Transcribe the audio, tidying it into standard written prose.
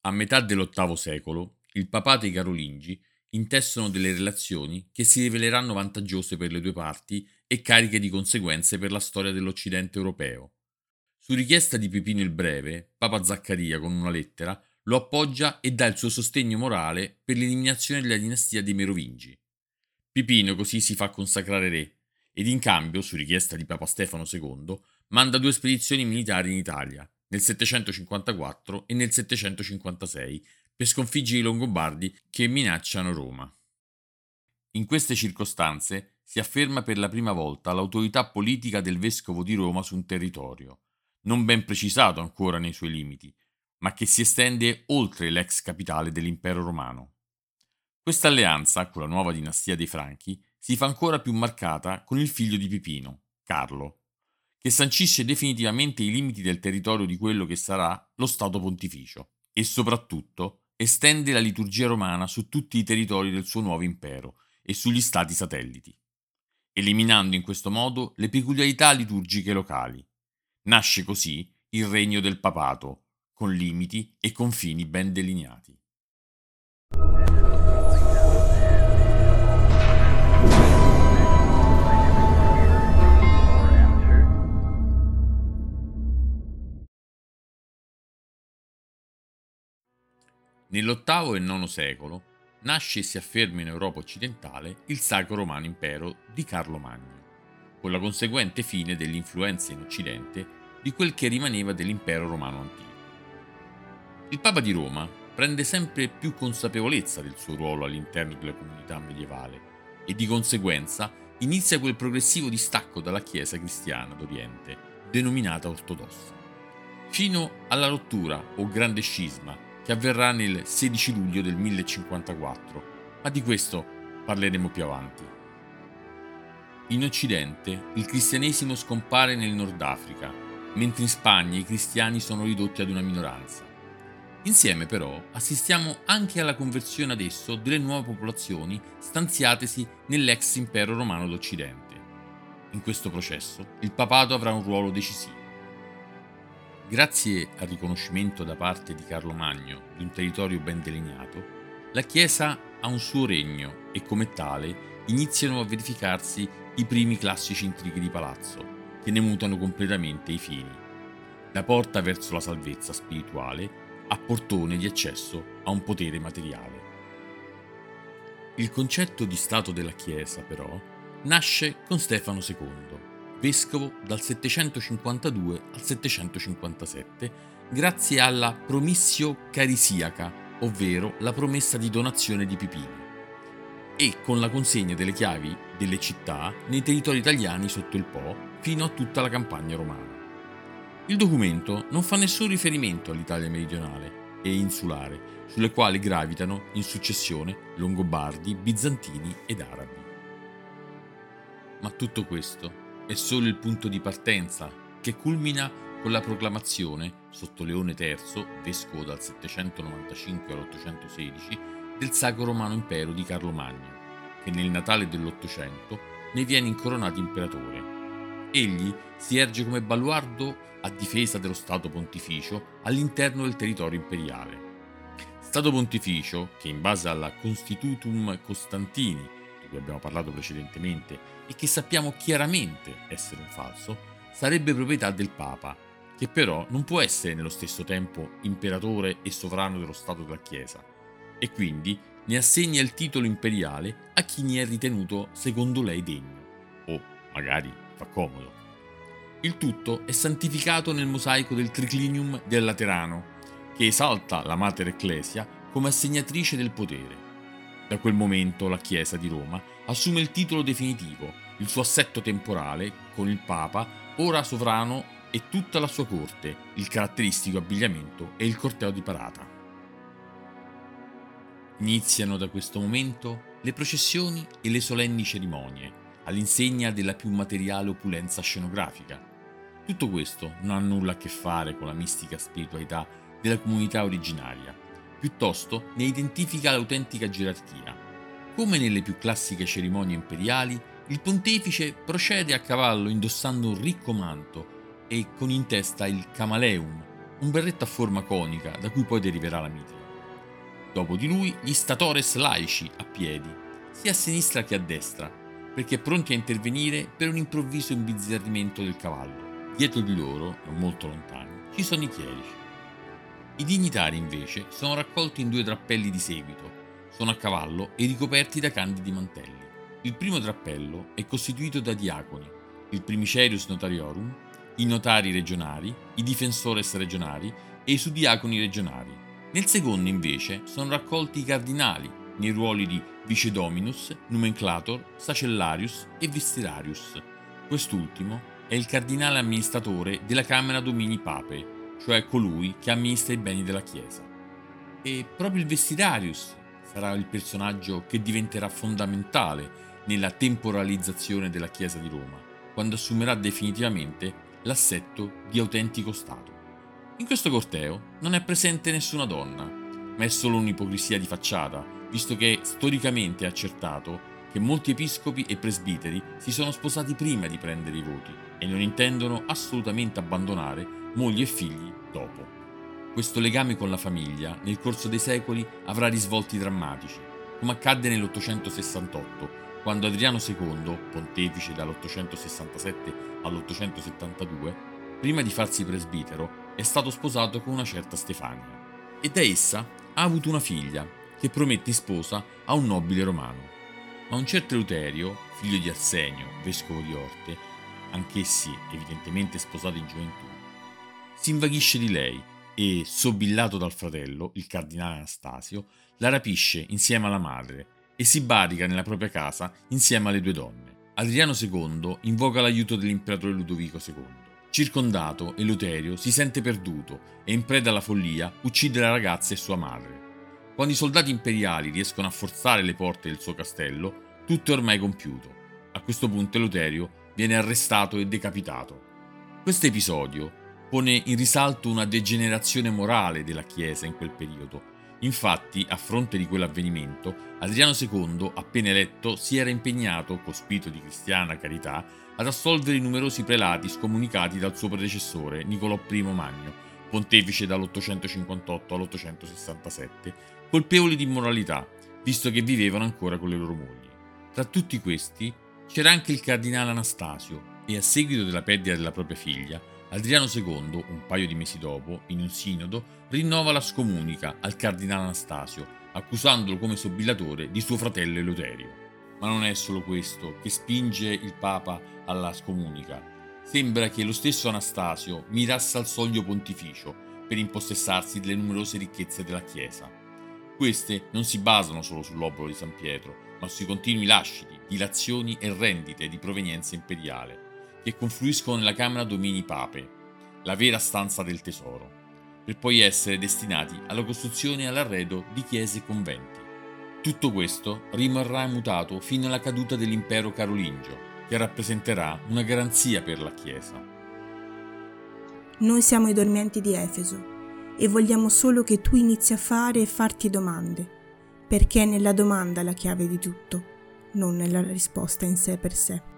A metà dell'VIII secolo, il papato e i Carolingi intessono delle relazioni che si riveleranno vantaggiose per le due parti e cariche di conseguenze per la storia dell'Occidente europeo. Su richiesta di Pipino il Breve, Papa Zaccaria con una lettera lo appoggia e dà il suo sostegno morale per l'eliminazione della dinastia dei Merovingi. Pipino così si fa consacrare re ed in cambio, su richiesta di Papa Stefano II, manda due spedizioni militari in Italia, nel 754 e nel 756, per sconfiggere i Longobardi che minacciano Roma. In queste circostanze si afferma per la prima volta l'autorità politica del vescovo di Roma su un territorio, non ben precisato ancora nei suoi limiti, ma che si estende oltre l'ex capitale dell'impero romano. Questa alleanza con la nuova dinastia dei Franchi si fa ancora più marcata con il figlio di Pipino, Carlo, che sancisce definitivamente i limiti del territorio di quello che sarà lo Stato Pontificio e soprattutto estende la liturgia romana su tutti i territori del suo nuovo impero e sugli stati satelliti, eliminando in questo modo le peculiarità liturgiche locali. Nasce così il regno del papato, con limiti e confini ben delineati. Nell'VIII e IX secolo nasce e si afferma in Europa occidentale il Sacro Romano Impero di Carlo Magno, con la conseguente fine dell'influenza in Occidente di quel che rimaneva dell'impero romano antico. Il Papa di Roma prende sempre più consapevolezza del suo ruolo all'interno della comunità medievale e di conseguenza inizia quel progressivo distacco dalla Chiesa cristiana d'Oriente, denominata ortodossa, fino alla rottura o grande scisma che avverrà nel 16 luglio del 1054, ma di questo parleremo più avanti. In Occidente il cristianesimo scompare nel Nord Africa, mentre in Spagna i cristiani sono ridotti ad una minoranza. Insieme però assistiamo anche alla conversione ad esso delle nuove popolazioni stanziatesi nell'ex impero romano d'Occidente. In questo processo il papato avrà un ruolo decisivo. Grazie al riconoscimento da parte di Carlo Magno di un territorio ben delineato, la Chiesa ha un suo regno e come tale iniziano a verificarsi i primi classici intrighi di palazzo, che ne mutano completamente i fini, da porta verso la salvezza spirituale a portone di accesso a un potere materiale. Il concetto di Stato della Chiesa, però, nasce con Stefano II, vescovo dal 752 al 757, grazie alla Promissio Carisiaca, ovvero la promessa di donazione di Pipino, e con la consegna delle chiavi delle città nei territori italiani sotto il Po fino a tutta la campagna romana. Il documento non fa nessun riferimento all'Italia meridionale e insulare, sulle quali gravitano in successione Longobardi, Bizantini ed Arabi. Ma tutto questo è solo il punto di partenza che culmina con la proclamazione, sotto Leone III, vescovo dal 795 all'816, del Sacro Romano Impero di Carlo Magno, che nel Natale dell'800 ne viene incoronato imperatore. Egli si erge come baluardo a difesa dello Stato Pontificio all'interno del territorio imperiale. Stato Pontificio che in base alla Constitutum Constantini, di cui abbiamo parlato precedentemente, e che sappiamo chiaramente essere un falso, sarebbe proprietà del Papa, che però non può essere nello stesso tempo imperatore e sovrano dello Stato della Chiesa, e quindi ne assegna il titolo imperiale a chi ne è ritenuto secondo lei degno, o magari fa comodo. Il tutto è santificato nel mosaico del Triclinium del Laterano, che esalta la Mater Ecclesia come assegnatrice del potere. Da quel momento la Chiesa di Roma assume il titolo definitivo, il suo assetto temporale, con il Papa, ora sovrano, e tutta la sua corte, il caratteristico abbigliamento e il corteo di parata. Iniziano da questo momento le processioni e le solenni cerimonie, all'insegna della più materiale opulenza scenografica. Tutto questo non ha nulla a che fare con la mistica spiritualità della comunità originaria, piuttosto ne identifica l'autentica gerarchia. Come nelle più classiche cerimonie imperiali, il pontefice procede a cavallo indossando un ricco manto e con in testa il camaleum, un berretto a forma conica da cui poi deriverà la mitide. Dopo di lui gli statores laici a piedi, sia a sinistra che a destra, perché pronti a intervenire per un improvviso imbizzarrimento del cavallo. Dietro di loro, non molto lontani, ci sono i chierici. I dignitari invece sono raccolti in 2 drappelli di seguito, sono a cavallo e ricoperti da candidi mantelli. Il primo drappello è costituito da diaconi, il primicerius notariorum, i notari regionali, i defensores regionali e i suddiaconi regionali. Nel secondo invece sono raccolti i cardinali nei ruoli di vicedominus, nomenclator, sacellarius e vestirarius. Quest'ultimo è il cardinale amministratore della Camera Domini Pape, cioè colui che amministra i beni della Chiesa. E proprio il vestirarius sarà il personaggio che diventerà fondamentale nella temporalizzazione della Chiesa di Roma, quando assumerà definitivamente l'assetto di autentico Stato. In questo corteo non è presente nessuna donna, ma è solo un'ipocrisia di facciata, visto che storicamente è accertato che molti episcopi e presbiteri si sono sposati prima di prendere i voti e non intendono assolutamente abbandonare mogli e figli dopo. Questo legame con la famiglia nel corso dei secoli avrà risvolti drammatici, come accadde nell'868, quando Adriano II, pontefice dall'867 all'872, prima di farsi presbitero, è stato sposato con una certa Stefania e da essa ha avuto una figlia che promette sposa a un nobile romano. Ma un certo Eleuterio, figlio di Arsenio, vescovo di Orte, anch'essi evidentemente sposati in gioventù, si invaghisce di lei e, sobillato dal fratello, il cardinale Anastasio, la rapisce insieme alla madre e si barrica nella propria casa insieme alle 2 donne. Adriano II invoca l'aiuto dell'imperatore Ludovico II. Circondato, Eleuterio si sente perduto e in preda alla follia uccide la ragazza e sua madre. Quando i soldati imperiali riescono a forzare le porte del suo castello, tutto è ormai compiuto. A questo punto Eleuterio viene arrestato e decapitato. Questo episodio pone in risalto una degenerazione morale della Chiesa in quel periodo. Infatti, a fronte di quell'avvenimento, Adriano II, appena eletto, si era impegnato, con spirito di cristiana carità, ad assolvere i numerosi prelati scomunicati dal suo predecessore Nicolò I Magno, pontefice dall'858 all'867, colpevoli di immoralità, visto che vivevano ancora con le loro mogli. Tra tutti questi c'era anche il cardinale Anastasio e, a seguito della perdita della propria figlia, Adriano II, un paio di mesi dopo, in un sinodo, rinnova la scomunica al cardinale Anastasio, accusandolo come sobillatore di suo fratello Eleuterio. Ma non è solo questo che spinge il Papa alla scomunica. Sembra che lo stesso Anastasio mirasse al soglio pontificio per impossessarsi delle numerose ricchezze della Chiesa. Queste non si basano solo sull'obolo di San Pietro, ma sui continui lasciti, dilazioni e rendite di provenienza imperiale, che confluiscono nella Camera Domini Pape, la vera stanza del tesoro, per poi essere destinati alla costruzione e all'arredo di chiese e conventi. Tutto questo rimarrà immutato fino alla caduta dell'impero carolingio, che rappresenterà una garanzia per la Chiesa. Noi siamo i dormienti di Efeso e vogliamo solo che tu inizi a fare e farti domande, perché è nella domanda la chiave di tutto, non nella risposta in sé per sé.